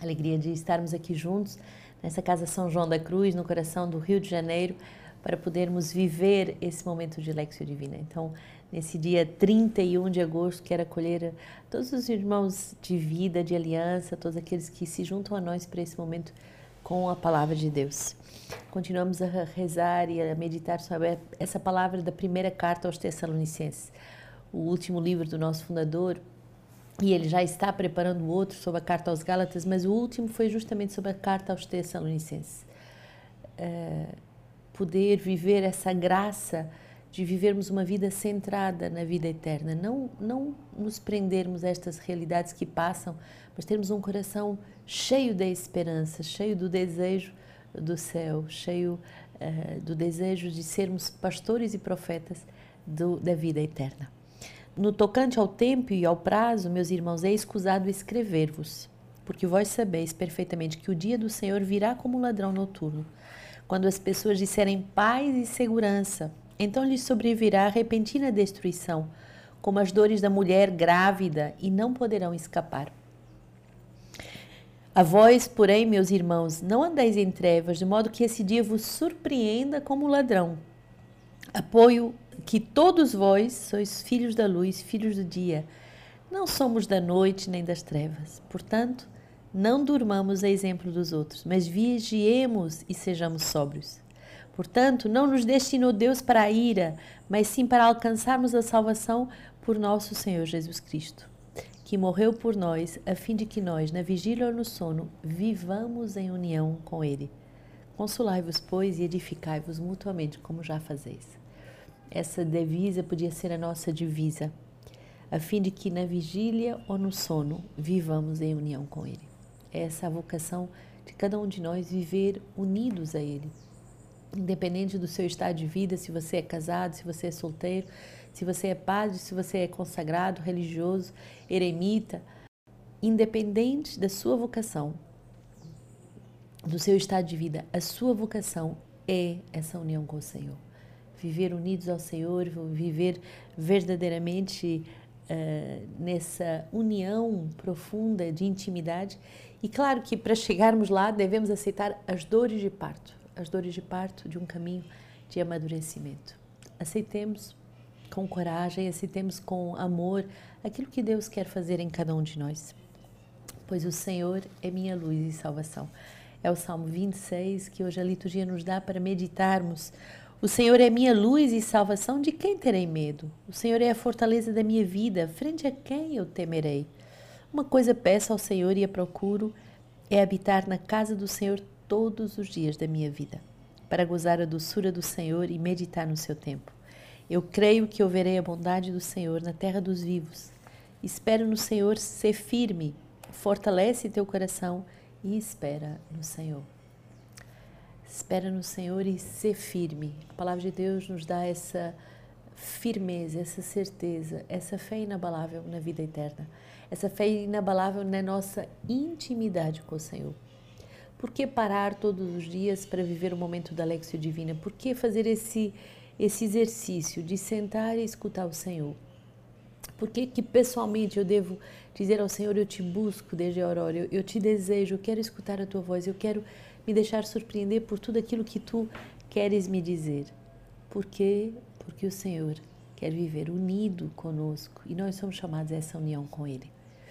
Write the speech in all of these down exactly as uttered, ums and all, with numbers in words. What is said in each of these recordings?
Alegria de estarmos aqui juntos nessa Casa São João da Cruz, no coração do Rio de Janeiro, para podermos viver esse momento de Lectio Divina. Então, nesse dia trinta e um de agosto, quero acolher todos os irmãos de vida, de aliança, todos aqueles que se juntam a nós para esse momento com a Palavra de Deus. Continuamos a rezar e a meditar sobre essa palavra da primeira carta aos Tessalonicenses, o último livro do nosso fundador, e ele já está preparando outro sobre a carta aos Gálatas, mas o último foi justamente sobre a carta aos Tessalonicenses. Uh, poder viver essa graça de vivermos uma vida centrada na vida eterna, não, não nos prendermos a estas realidades que passam, mas termos um coração cheio da esperança, cheio do desejo do céu, cheio uh, do desejo de sermos pastores e profetas do, da vida eterna. No tocante ao tempo e ao prazo, meus irmãos, é escusado escrever-vos, porque vós sabeis perfeitamente que o dia do Senhor virá como um ladrão noturno. Quando as pessoas disserem paz e segurança, então lhes sobrevirá a repentina destruição, como as dores da mulher grávida, e não poderão escapar. A vós, porém, meus irmãos, não andeis em trevas, de modo que esse dia vos surpreenda como ladrão. Apoio que todos vós sois filhos da luz, filhos do dia. Não somos da noite nem das trevas. Portanto, não durmamos a exemplo dos outros, mas vigiemos e sejamos sóbrios. Portanto, não nos destinou Deus para a ira, mas sim para alcançarmos a salvação por nosso Senhor Jesus Cristo, que morreu por nós, a fim de que nós, na vigília ou no sono, vivamos em união com Ele. Consolai-vos, pois, e edificai-vos mutuamente, como já fazeis. Essa divisa podia ser a nossa divisa, a fim de que na vigília ou no sono vivamos em união com Ele. Essa é a vocação de cada um de nós, viver unidos a Ele. Independente do seu estado de vida, se você é casado, se você é solteiro, se você é padre, se você é consagrado, religioso, eremita, independente da sua vocação, do seu estado de vida, a sua vocação é essa união com o Senhor. Viver unidos ao Senhor, viver verdadeiramente uh, nessa união profunda de intimidade. E claro que para chegarmos lá devemos aceitar as dores de parto, as dores de parto de um caminho de amadurecimento. Aceitemos com coragem, aceitemos com amor aquilo que Deus quer fazer em cada um de nós. Pois o Senhor é minha luz e salvação. É o Salmo vinte e seis que hoje a liturgia nos dá para meditarmos. O Senhor é minha luz e salvação, de quem terei medo? O Senhor é a fortaleza da minha vida, frente a quem eu temerei? Uma coisa peço ao Senhor e a procuro, é habitar na casa do Senhor todos os dias da minha vida, para gozar a doçura do Senhor e meditar no seu tempo. Eu creio que eu verei a bondade do Senhor na terra dos vivos. Espero no Senhor, ser firme, fortalece teu coração e espera no Senhor. Espera no Senhor e ser firme. A palavra de Deus nos dá essa firmeza, essa certeza, essa fé inabalável na vida eterna. Essa fé inabalável na nossa intimidade com o Senhor. Por que parar todos os dias para viver o momento da Lectio Divina? Por que fazer esse, esse exercício de sentar e escutar o Senhor? Por que que pessoalmente eu devo dizer ao Senhor, eu te busco desde a aurora, eu, eu te desejo, eu quero escutar a tua voz, eu quero me deixar surpreender por tudo aquilo que tu queres me dizer? Por quê? Porque o Senhor quer viver unido conosco e nós somos chamados a essa união com Ele.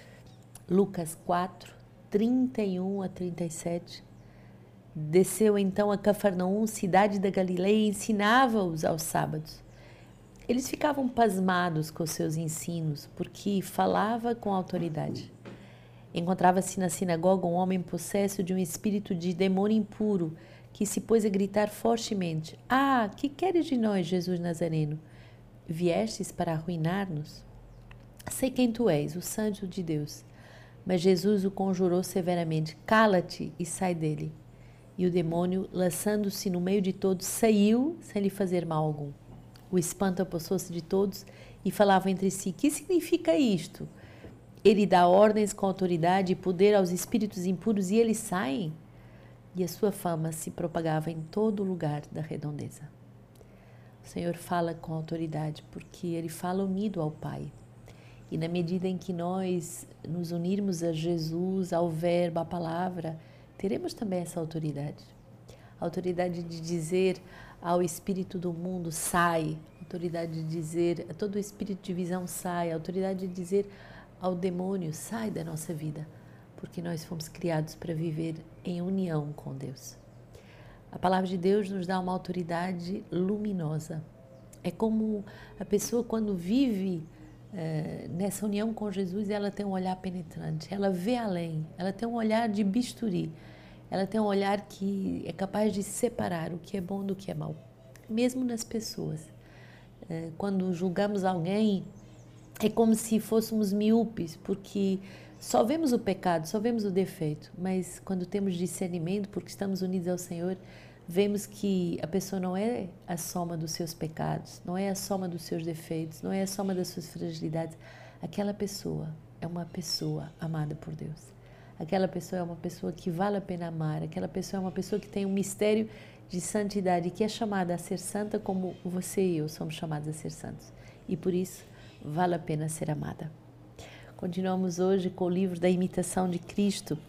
Lucas quatro, trinta e um a trinta e sete. Desceu então a Cafarnaum, cidade da Galileia, e ensinava-os aos sábados. Eles ficavam pasmados com os seus ensinos, porque falava com autoridade. Encontrava-se na sinagoga um homem possesso de um espírito de demônio impuro, que se pôs a gritar fortemente: Ah, que queres de nós, Jesus Nazareno? Viestes para arruinar-nos? Sei quem tu és, o Santo de Deus. Mas Jesus o conjurou severamente: Cala-te e sai dele. E o demônio, lançando-se no meio de todos, saiu sem lhe fazer mal algum. O espanto apossou-se de todos e falavam entre si: Que significa isto? Ele dá ordens com autoridade e poder aos espíritos impuros e eles saem? E a sua fama se propagava em todo o lugar da redondeza. O Senhor fala com autoridade porque Ele fala unido ao Pai. E na medida em que nós nos unirmos a Jesus, ao Verbo, à Palavra, teremos também essa autoridade. A autoridade de dizer ao espírito do mundo, sai. A autoridade de dizer, a todo espírito de visão, sai. A autoridade de dizer ao demônio, sai da nossa vida. Porque nós fomos criados para viver em união com Deus. A Palavra de Deus nos dá uma autoridade luminosa. É como a pessoa quando vive Uh, nessa união com Jesus, ela tem um olhar penetrante, ela vê além, ela tem um olhar de bisturi, ela tem um olhar que é capaz de separar o que é bom do que é mal, mesmo nas pessoas. Uh, quando julgamos alguém, é como se fôssemos míopes, porque só vemos o pecado, só vemos o defeito, mas quando temos discernimento, porque estamos unidos ao Senhor, vemos que a pessoa não é a soma dos seus pecados, não é a soma dos seus defeitos, não é a soma das suas fragilidades. Aquela pessoa é uma pessoa amada por Deus. Aquela pessoa é uma pessoa que vale a pena amar. Aquela pessoa é uma pessoa que tem um mistério de santidade, que é chamada a ser santa como você e eu somos chamados a ser santos. E por isso vale a pena ser amada. Continuamos hoje com o livro da imitação de Cristo,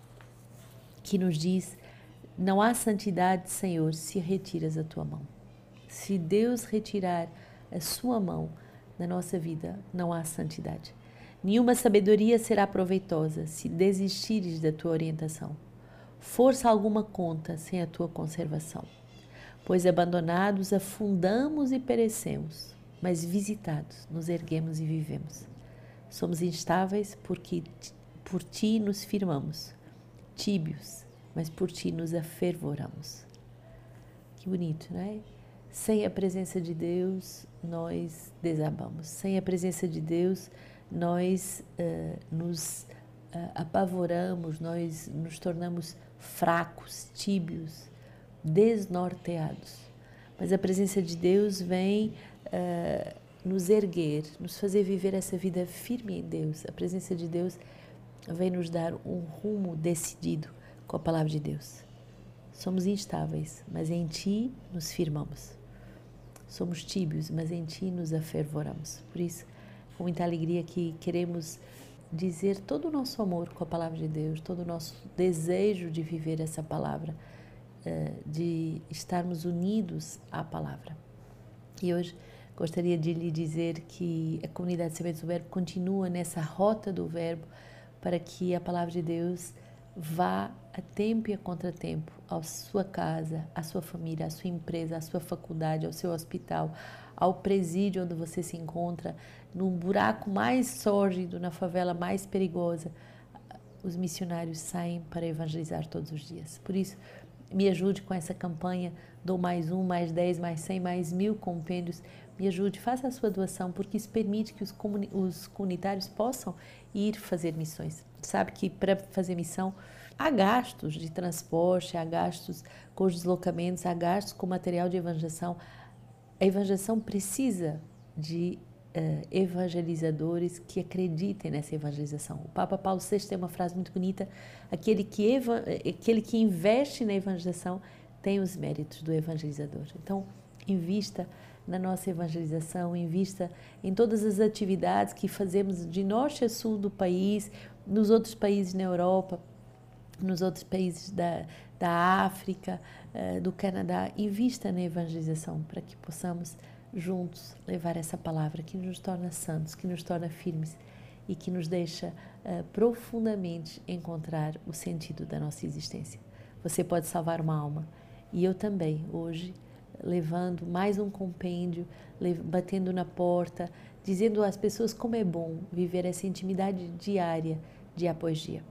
que nos diz: não há santidade, Senhor, se retiras a tua mão. Se Deus retirar a sua mão na nossa vida, não há santidade. Nenhuma sabedoria será proveitosa se desistires da tua orientação. Força alguma conta sem a tua conservação. Pois abandonados afundamos e perecemos, mas visitados nos erguemos e vivemos. Somos instáveis porque por ti nos firmamos, tíbios, mas por ti nos afervoramos. Que bonito, não é? Sem a presença de Deus, nós desabamos. Sem a presença de Deus, nós uh, nos uh, apavoramos, nós nos tornamos fracos, tíbios, desnorteados. Mas a presença de Deus vem uh, nos erguer, nos fazer viver essa vida firme em Deus. A presença de Deus vem nos dar um rumo decidido com a Palavra de Deus. Somos instáveis, mas em Ti nos firmamos. Somos tíbios, mas em Ti nos afervoramos. Por isso, com muita alegria que queremos dizer todo o nosso amor com a Palavra de Deus, todo o nosso desejo de viver essa Palavra, de estarmos unidos à Palavra. E hoje gostaria de lhe dizer que a comunidade Sementes do Verbo continua nessa rota do Verbo para que a Palavra de Deus vá a tempo e a contratempo à sua casa, à sua família, à sua empresa, à sua faculdade, ao seu hospital, ao presídio onde você se encontra, no buraco mais sórdido, na favela mais perigosa. Os missionários saem para evangelizar todos os dias. Por isso, me ajude com essa campanha, dou mais um, mais dez, mais cem, mais mil compêndios. Me ajude, faça a sua doação, porque isso permite que os, comuni- os comunitários possam ir fazer missões. Sabe que para fazer missão há gastos de transporte, há gastos com os deslocamentos, há gastos com material de evangelização. A evangelização precisa de uh, evangelizadores que acreditem nessa evangelização. O Papa Paulo sexto tem uma frase muito bonita: aquele que, eva- aquele que investe na evangelização tem os méritos do evangelizador. Então, invista na nossa evangelização, invista em todas as atividades que fazemos de norte a sul do país, nos outros países na Europa, nos outros países da, da África, uh, do Canadá. Invista na evangelização para que possamos juntos levar essa palavra que nos torna santos, que nos torna firmes e que nos deixa uh, profundamente encontrar o sentido da nossa existência. Você pode salvar uma alma e eu também, hoje, levando mais um compêndio, batendo na porta, dizendo às pessoas como é bom viver essa intimidade diária, dia após dia.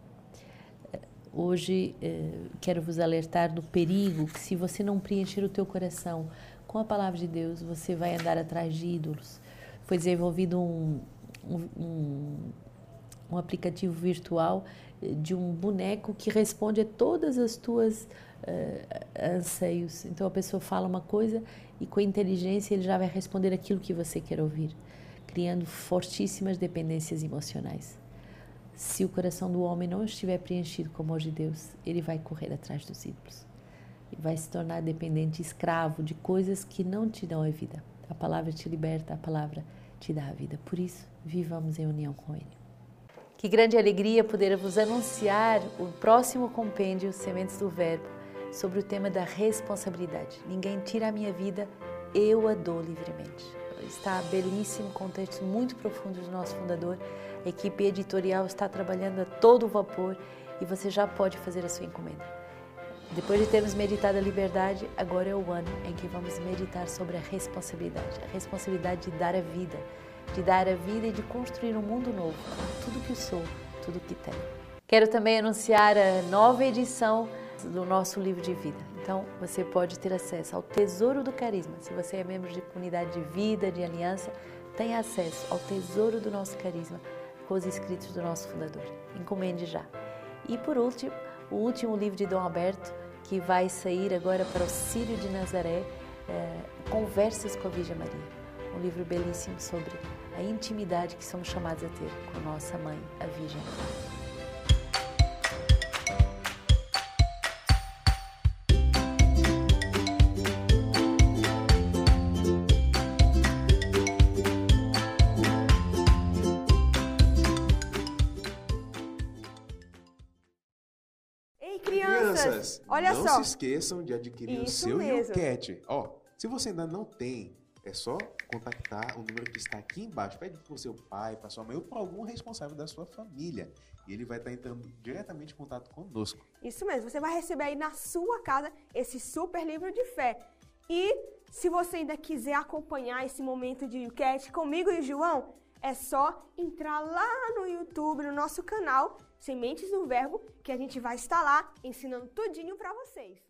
Hoje, eh, quero vos alertar do perigo que, se você não preencher o teu coração com a Palavra de Deus, você vai andar atrás de ídolos. Foi desenvolvido um, um, um, um aplicativo virtual de um boneco que responde a todas as tuas uh, anseios. Então a pessoa fala uma coisa e com a inteligência ele já vai responder aquilo que você quer ouvir, criando fortíssimas dependências emocionais. Se o coração do homem não estiver preenchido com o amor de Deus, ele vai correr atrás dos ídolos e vai se tornar dependente, escravo de coisas que não te dão a vida. A palavra te liberta, a palavra te dá a vida. Por isso, vivamos em união com Ele. Que grande alegria poder vos anunciar o próximo compêndio Sementes do Verbo sobre o tema da responsabilidade. Ninguém tira a minha vida, eu a dou livremente. Está belíssimo, com textos muito profundos do nosso fundador. A equipe editorial está trabalhando a todo vapor e você já pode fazer a sua encomenda. Depois de termos meditado a liberdade, agora é o ano em que vamos meditar sobre a responsabilidade. A responsabilidade de dar a vida, de dar a vida e de construir um mundo novo, tudo que sou, tudo que tenho. Quero também anunciar a nova edição do nosso livro de vida. Então, você pode ter acesso ao Tesouro do Carisma. Se você é membro de comunidade de vida, de aliança, tem acesso ao Tesouro do nosso Carisma com os escritos do nosso fundador. Encomende já. E por último, o último livro de Dom Alberto, que vai sair agora para o Círio de Nazaré, é, Conversas com a Virgem Maria. Um livro belíssimo sobre a intimidade que somos chamados a ter com nossa mãe, a Virgem Maria. Crianças, olha não só. se esqueçam de adquirir Isso o seu mesmo. YouCat. Ó, se você ainda não tem, é só contactar o número que está aqui embaixo. Pede para o seu pai, para sua mãe ou para algum responsável da sua família. E ele vai estar entrando diretamente em contato conosco. Isso mesmo, você vai receber aí na sua casa esse super livro de fé. E se você ainda quiser acompanhar esse momento de YouCat comigo e o João, é só entrar lá no YouTube, no nosso canal Sementes do Verbo, que a gente vai estar lá ensinando tudinho para vocês.